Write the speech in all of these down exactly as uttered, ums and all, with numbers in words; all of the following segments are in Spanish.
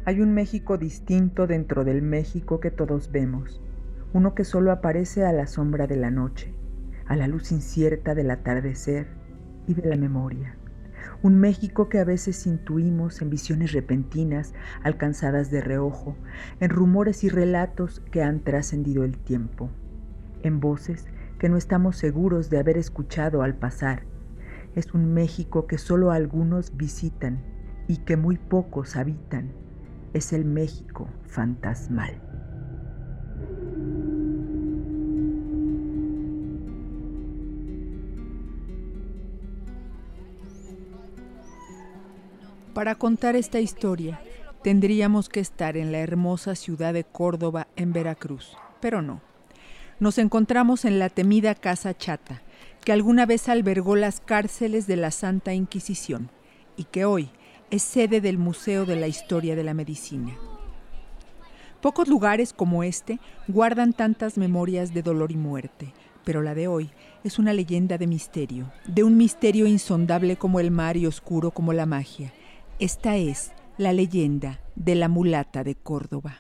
Hay un México distinto dentro del México que todos vemos, uno que solo aparece a la sombra de la noche, a la luz incierta del atardecer y de la memoria. Un México que a veces intuimos en visiones repentinas, alcanzadas de reojo, en rumores y relatos que han trascendido el tiempo, en voces que no estamos seguros de haber escuchado al pasar. Es un México que solo algunos visitan y que muy pocos habitan. Es el México fantasmal. Para contar esta historia, tendríamos que estar en la hermosa ciudad de Córdoba, en Veracruz, pero no. Nos encontramos en la temida Casa Chata, que alguna vez albergó las cárceles de la Santa Inquisición y que hoy es sede del Museo de la Historia de la Medicina. Pocos lugares como este guardan tantas memorias de dolor y muerte, pero la de hoy es una leyenda de misterio, de un misterio insondable como el mar y oscuro como la magia. Esta es la leyenda de la mulata de Córdoba.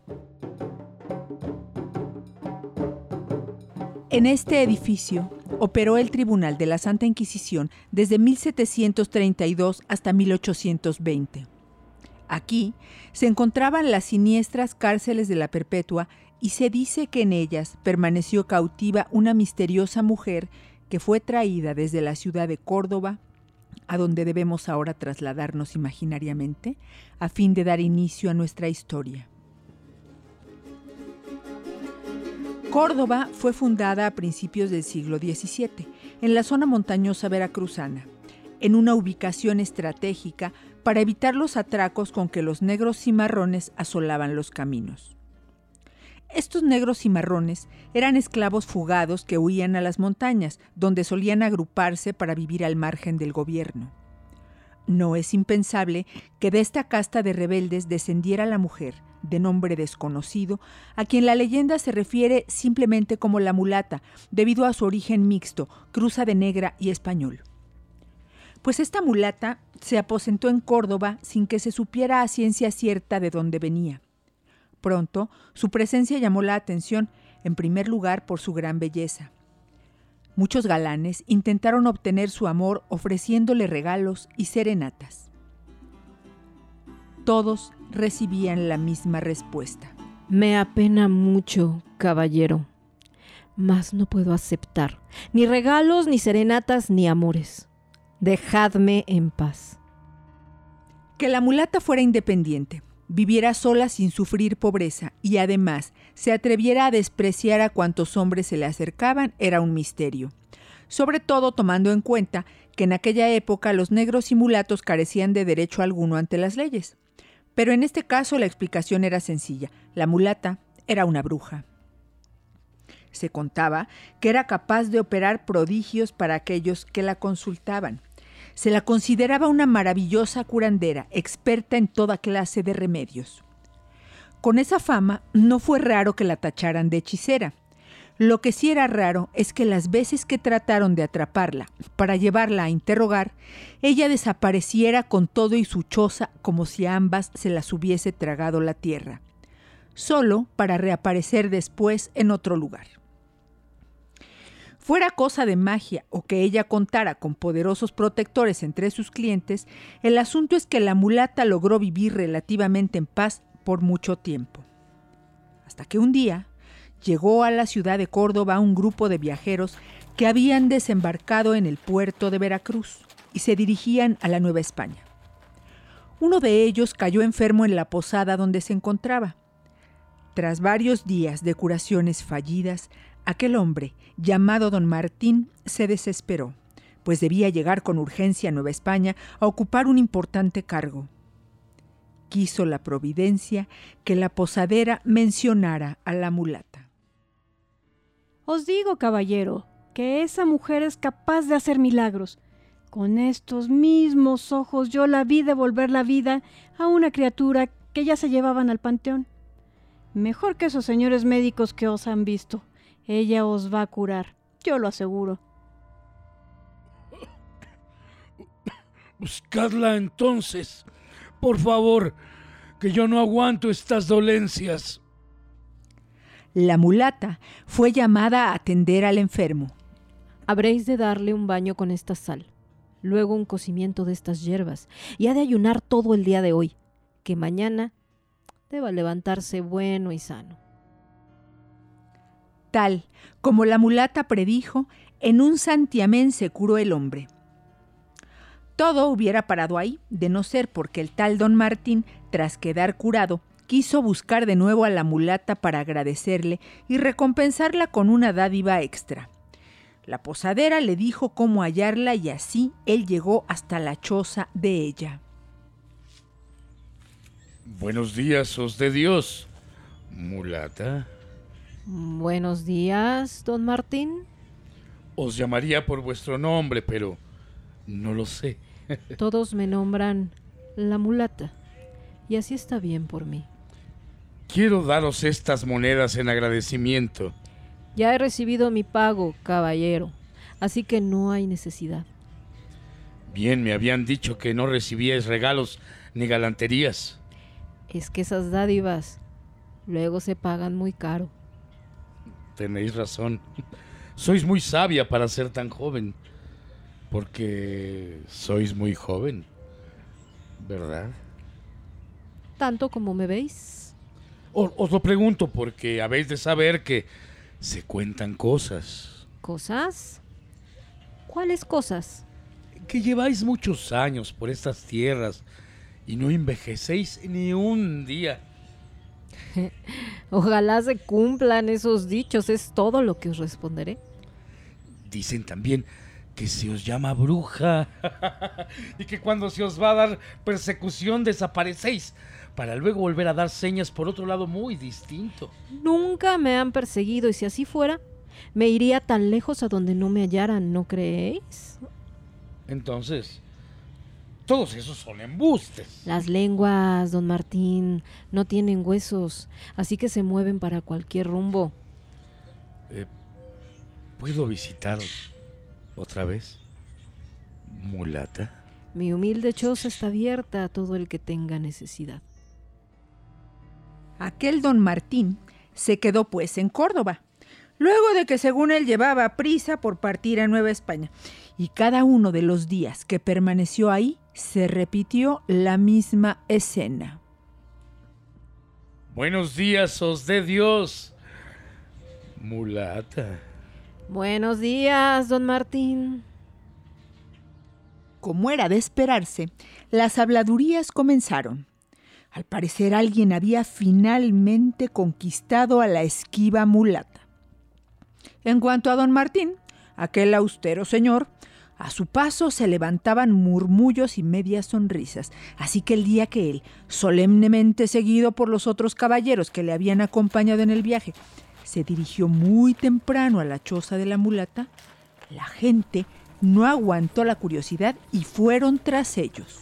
En este edificio operó el Tribunal de la Santa Inquisición desde mil setecientos treinta y dos hasta mil ochocientos veinte. Aquí se encontraban las siniestras cárceles de la Perpetua y se dice que en ellas permaneció cautiva una misteriosa mujer que fue traída desde la ciudad de Córdoba, a donde debemos ahora trasladarnos imaginariamente, a fin de dar inicio a nuestra historia. Córdoba fue fundada a principios del siglo diecisiete, en la zona montañosa veracruzana, en una ubicación estratégica para evitar los atracos con que los negros cimarrones asolaban los caminos. Estos negros cimarrones eran esclavos fugados que huían a las montañas, donde solían agruparse para vivir al margen del gobierno. No es impensable que de esta casta de rebeldes descendiera la mujer, de nombre desconocido, a quien la leyenda se refiere simplemente como la mulata, debido a su origen mixto, cruza de negra y español. Pues esta mulata se aposentó en Córdoba sin que se supiera a ciencia cierta de dónde venía. Pronto, su presencia llamó la atención, en primer lugar por su gran belleza. Muchos galanes intentaron obtener su amor ofreciéndole regalos y serenatas. Todos recibían la misma respuesta. Me apena mucho, caballero, mas no puedo aceptar ni regalos, ni serenatas, ni amores. Dejadme en paz. Que la mulata fuera independiente, viviera sola sin sufrir pobreza y además se atreviera a despreciar a cuantos hombres se le acercaban era un misterio. Sobre todo tomando en cuenta que en aquella época los negros y mulatos carecían de derecho alguno ante las leyes. Pero en este caso la explicación era sencilla. La mulata era una bruja. Se contaba que era capaz de operar prodigios para aquellos que la consultaban. Se la consideraba una maravillosa curandera, experta en toda clase de remedios. Con esa fama, no fue raro que la tacharan de hechicera. Lo que sí era raro es que las veces que trataron de atraparla para llevarla a interrogar, ella desapareciera con todo y su choza como si a ambas se las hubiese tragado la tierra, solo para reaparecer después en otro lugar. Fuera cosa de magia o que ella contara con poderosos protectores entre sus clientes, el asunto es que la mulata logró vivir relativamente en paz por mucho tiempo. Hasta que un día llegó a la ciudad de Córdoba un grupo de viajeros que habían desembarcado en el puerto de Veracruz y se dirigían a la Nueva España. Uno de ellos cayó enfermo en la posada donde se encontraba. Tras varios días de curaciones fallidas, aquel hombre, llamado don Martín, se desesperó, pues debía llegar con urgencia a Nueva España a ocupar un importante cargo. Quiso la providencia que la posadera mencionara a la mulata. Os digo, caballero, que esa mujer es capaz de hacer milagros. Con estos mismos ojos yo la vi devolver la vida a una criatura que ya se llevaban al panteón. Mejor que esos señores médicos que os han visto. Ella os va a curar, yo lo aseguro. Buscadla entonces, por favor. que yo no aguanto estas dolencias. La mulata fue llamada a atender al enfermo. Habréis de darle un baño con esta sal, luego un cocimiento de estas hierbas, y ha de ayunar todo el día de hoy, que mañana deba levantarse bueno y sano. Tal como la mulata predijo, en un santiamén se curó el hombre. Todo hubiera parado ahí, de no ser porque el tal don Martín, tras quedar curado, quiso buscar de nuevo a la mulata para agradecerle y recompensarla con una dádiva extra. La posadera le dijo cómo hallarla y así él llegó hasta la choza de ella. Buenos días, os de Dios, mulata. Buenos días, don Martín. Os llamaría por vuestro nombre, pero no lo sé. Todos me nombran la mulata, y así está bien por mí. Quiero daros estas monedas en agradecimiento. Ya he recibido mi pago, caballero, así que no hay necesidad. Bien, me habían dicho que no recibíais regalos ni galanterías. Es que esas dádivas luego se pagan muy caro. Tenéis razón. Sois muy sabia para ser tan joven. Porque sois muy joven, ¿verdad? ¿Tanto como me veis? Os, os lo pregunto porque habéis de saber que se cuentan cosas. ¿Cosas? ¿Cuáles cosas? Que lleváis muchos años por estas tierras y no envejecéis ni un día. Ojalá se cumplan esos dichos, es todo lo que os responderé. Dicen también que se os llama bruja y que cuando se os va a dar persecución desaparecéis para luego volver a dar señas por otro lado muy distinto. Nunca me han perseguido y si así fuera, me iría tan lejos a donde no me hallaran, ¿no creéis? Entonces, todos esos son embustes. Las lenguas, don Martín, no tienen huesos, así que se mueven para cualquier rumbo. Eh, ¿Puedo visitaros otra vez, mulata? Mi humilde choza está abierta a todo el que tenga necesidad. Aquel don Martín se quedó pues en Córdoba, luego de que según él llevaba prisa por partir a Nueva España, y cada uno de los días que permaneció ahí se repitió la misma escena. Buenos días, os de Dios, mulata. Buenos días, don Martín. Como era de esperarse, las habladurías comenzaron. Al parecer alguien había finalmente conquistado a la esquiva mulata. En cuanto a don Martín, aquel austero señor, a su paso se levantaban murmullos y medias sonrisas, así que el día que él, solemnemente seguido por los otros caballeros que le habían acompañado en el viaje, se dirigió muy temprano a la choza de la mulata, la gente no aguantó la curiosidad y fueron tras ellos.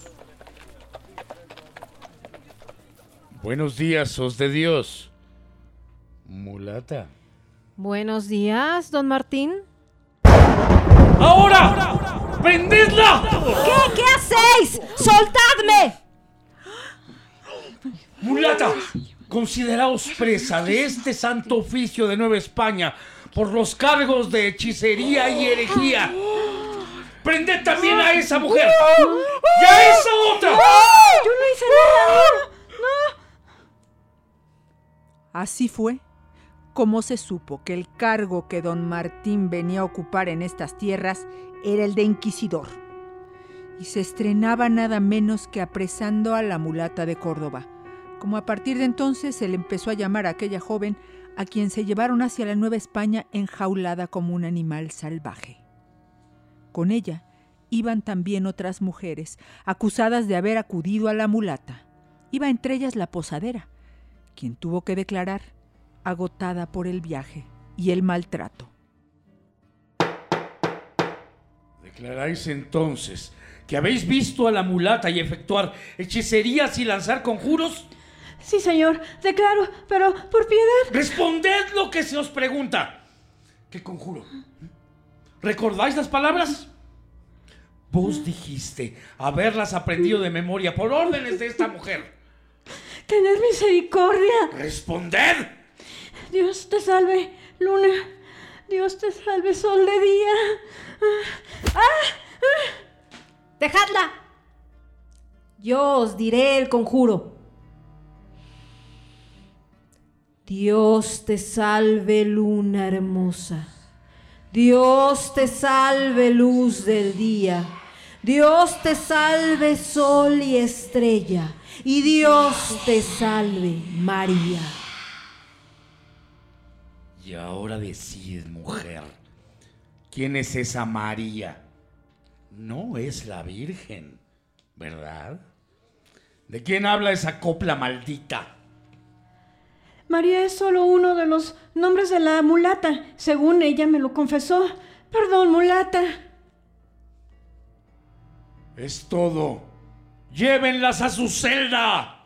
Buenos días, os de Dios, mulata. Buenos días, don Martín. ¡Ahora! ¡Prendedla! ¿Qué? ¿Qué hacéis? ¡Soltadme! Mulata, consideraos presa de este santo oficio de Nueva España por los cargos de hechicería y herejía. ¡Prended también a esa mujer! ¡Y a esa otra! ¡Yo no hice nada! Así fue como se supo que el cargo que don Martín venía a ocupar en estas tierras era el de inquisidor, y se estrenaba nada menos que apresando a la mulata de Córdoba, como a partir de entonces se le empezó a llamar a aquella joven a quien se llevaron hacia la Nueva España enjaulada como un animal salvaje. Con ella iban también otras mujeres acusadas de haber acudido a la mulata. Iba entre ellas la posadera, quien tuvo que declarar, agotada por el viaje y el maltrato. Declaráis entonces que habéis visto a la mulata y efectuar hechicerías y lanzar conjuros. Sí, señor, declaro, pero por piedad. Responded lo que se os pregunta. ¿Qué conjuro? ¿Recordáis las palabras? Vos dijiste haberlas aprendido de memoria por órdenes de esta mujer. tened misericordia. ¡Responded! Dios te salve, luna. Dios te salve, sol de día. ¡Ah! ¡Ah! ¡Dejadla! Yo os diré el conjuro. Dios te salve, luna hermosa. Dios te salve, luz del día. Dios te salve, sol y estrella. Y Dios te salve, María. Y ahora decid, mujer, ¿quién es esa María? No es la Virgen, ¿verdad? ¿De quién habla esa copla maldita? María es solo uno de los nombres de la mulata, según ella me lo confesó. Perdón, mulata. Es todo. ¡Llévenlas a su celda!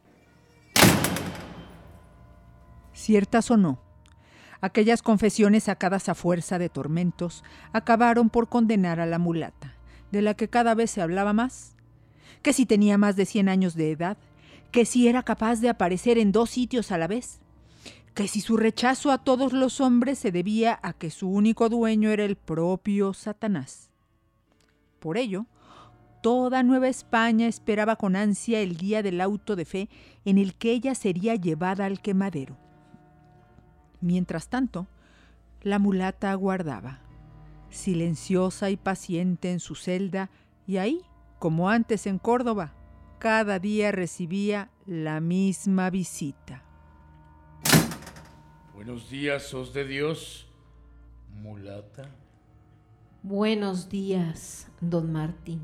Ciertas o no, aquellas confesiones sacadas a fuerza de tormentos acabaron por condenar a la mulata, de la que cada vez se hablaba más, que si tenía más de cien años de edad, que si era capaz de aparecer en dos sitios a la vez, que si su rechazo a todos los hombres se debía a que su único dueño era el propio Satanás. Por ello, toda Nueva España esperaba con ansia el día del auto de fe en el que ella sería llevada al quemadero. Mientras tanto, la mulata aguardaba, silenciosa y paciente en su celda, y ahí, como antes en Córdoba, cada día recibía la misma visita. Buenos días, sos de Dios, mulata. Buenos días, don Martín.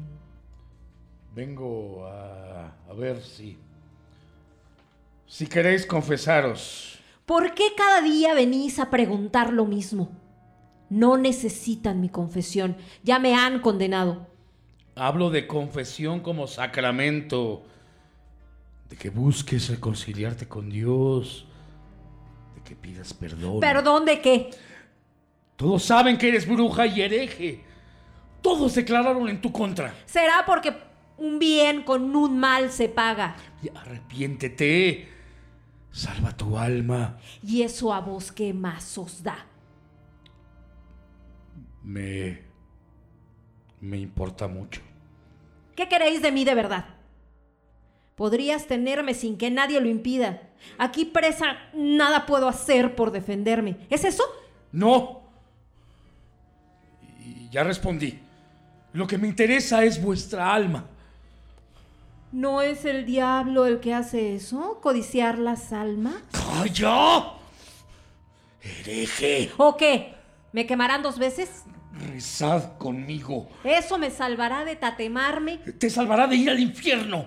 Vengo a, a ver si... Si queréis confesaros. ¿Por qué cada día venís a preguntar lo mismo? No necesitan mi confesión, ya me han condenado. Hablo de confesión como sacramento, de que busques reconciliarte con Dios, de que pidas perdón. ¿Perdón de qué? Todos saben que eres bruja y hereje. Todos declararon en tu contra. Será porque un bien con un mal se paga. Y arrepiéntete. Salva tu alma. ¿Y eso a vos qué más os da? Me... Me importa mucho. ¿Qué queréis de mí de verdad? Podrías tenerme sin que nadie lo impida. Aquí presa nada puedo hacer por defenderme. ¿Es eso? No. Y ya respondí. Lo que me interesa es vuestra alma. ¿No es el diablo el que hace eso? ¿Codiciar las almas? ¡Calla! ¡Hereje! ¿O qué? ¿Me quemarán dos veces? Rezad conmigo. ¿Eso me salvará de tatemarme? Te salvará de ir al infierno.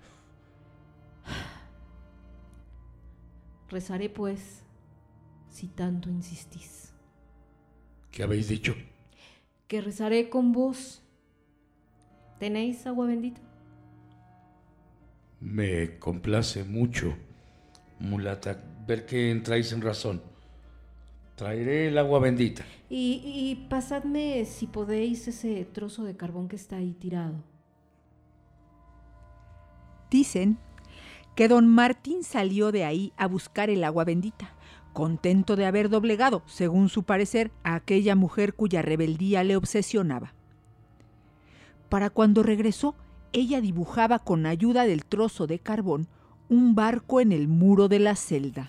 Rezaré, pues, si tanto insistís. ¿Qué habéis dicho? Que rezaré con vos. ¿Tenéis agua bendita? Me complace mucho, mulata, ver que entráis en razón. Traeré el agua bendita. Y, y pasadme, si podéis, ese trozo de carbón que está ahí tirado. Dicen que don Martín salió de ahí a buscar el agua bendita, contento de haber doblegado, según su parecer, a aquella mujer cuya rebeldía le obsesionaba. Para cuando regresó, ella dibujaba con ayuda del trozo de carbón un barco en el muro de la celda.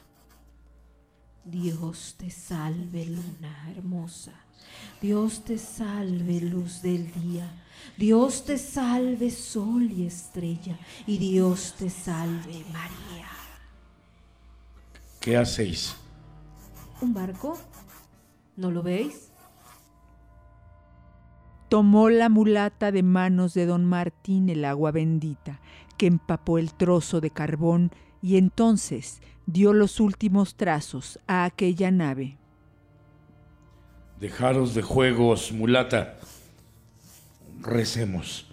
Dios te salve, luna hermosa. Dios te salve, luz del día. Dios te salve, sol y estrella. Y Dios te salve, María. ¿Qué hacéis? ¿Un barco? ¿No lo veis? Tomó la mulata de manos de don Martín el agua bendita, que empapó el trozo de carbón, y entonces dio los últimos trazos a aquella nave. Dejaros de juegos, mulata. Recemos.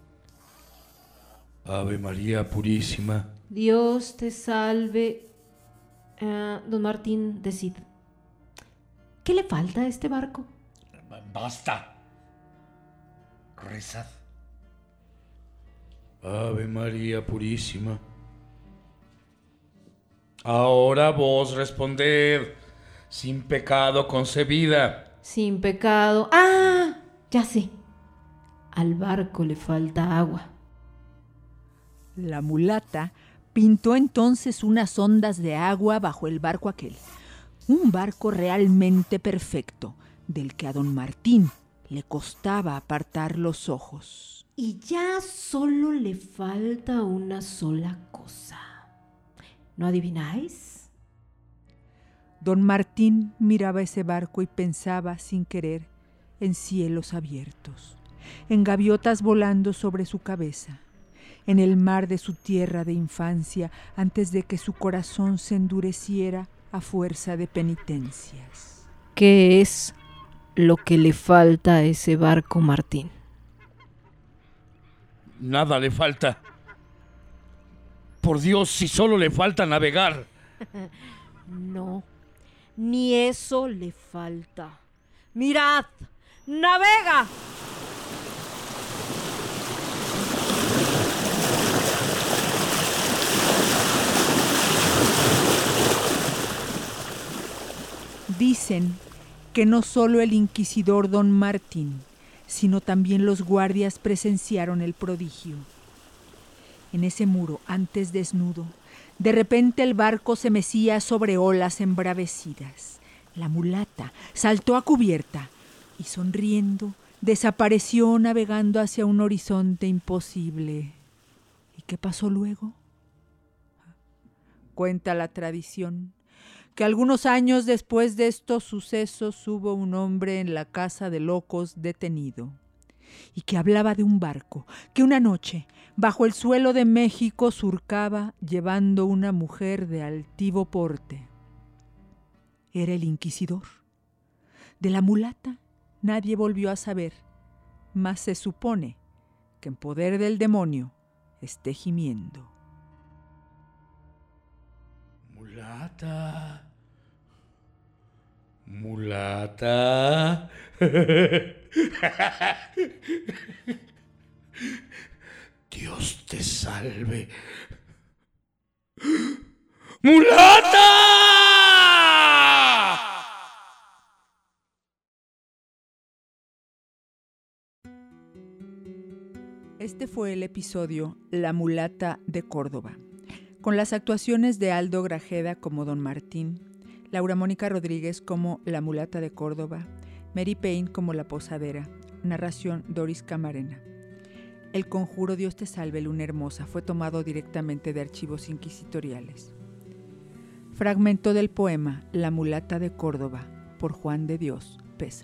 Ave María Purísima. Dios te salve. Uh, don Martín, decid. ¿Qué le falta a este barco? Basta. Rezad. Ave María Purísima. Ahora vos responded, sin pecado concebida. Sin pecado. ¡Ah! Ya sé. Al barco le falta agua. La mulata pintó entonces unas ondas de agua bajo el barco aquel. Un barco realmente perfecto, del que a don Martín le costaba apartar los ojos. Y ya solo le falta una sola cosa. ¿No adivináis? Don Martín miraba ese barco y pensaba, sin querer, en cielos abiertos, en gaviotas volando sobre su cabeza, en el mar de su tierra de infancia, antes de que su corazón se endureciera a fuerza de penitencias. ¿Qué es lo que le falta a ese barco, Martín? Nada le falta. Por Dios, si solo le falta navegar. No, ni eso le falta. ¡Mirad! ¡Navega! Dicen que no solo el inquisidor don Martín, sino también los guardias presenciaron el prodigio. En ese muro, antes desnudo, de repente el barco se mecía sobre olas embravecidas. La mulata saltó a cubierta y, sonriendo, desapareció navegando hacia un horizonte imposible. ¿Y qué pasó luego? Cuenta la tradición que algunos años después de estos sucesos hubo un hombre en la casa de locos detenido, y que hablaba de un barco que una noche bajo el suelo de México surcaba llevando una mujer de altivo porte. Era el inquisidor. De la mulata nadie volvió a saber, mas se supone que en poder del demonio esté gimiendo. Mulata. Mulata. Dios te salve. ¡Mulata! Este fue el episodio La mulata de Córdoba, con las actuaciones de Aldo Grajeda como Don Martín, Laura Mónica Rodríguez como La mulata de Córdoba, Mary Payne como La posadera, narración Doris Camarena. El conjuro Dios te salve, luna hermosa, fue tomado directamente de archivos inquisitoriales. Fragmento del poema La mulata de Córdoba, por Juan de Dios Pesa.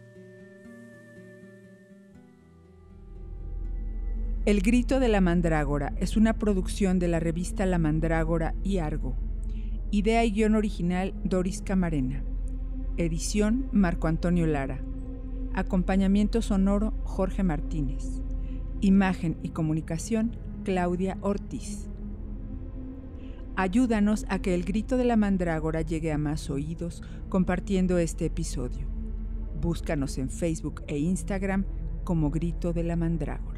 El grito de la mandrágora es una producción de la revista La Mandrágora y Argo. Idea y guión original Doris Camarena. Edición Marco Antonio Lara. Acompañamiento sonoro Jorge Martínez. Imagen y comunicación Claudia Ortiz. Ayúdanos a que el grito de la mandrágora llegue a más oídos compartiendo este episodio. Búscanos en Facebook e Instagram como Grito de la Mandrágora.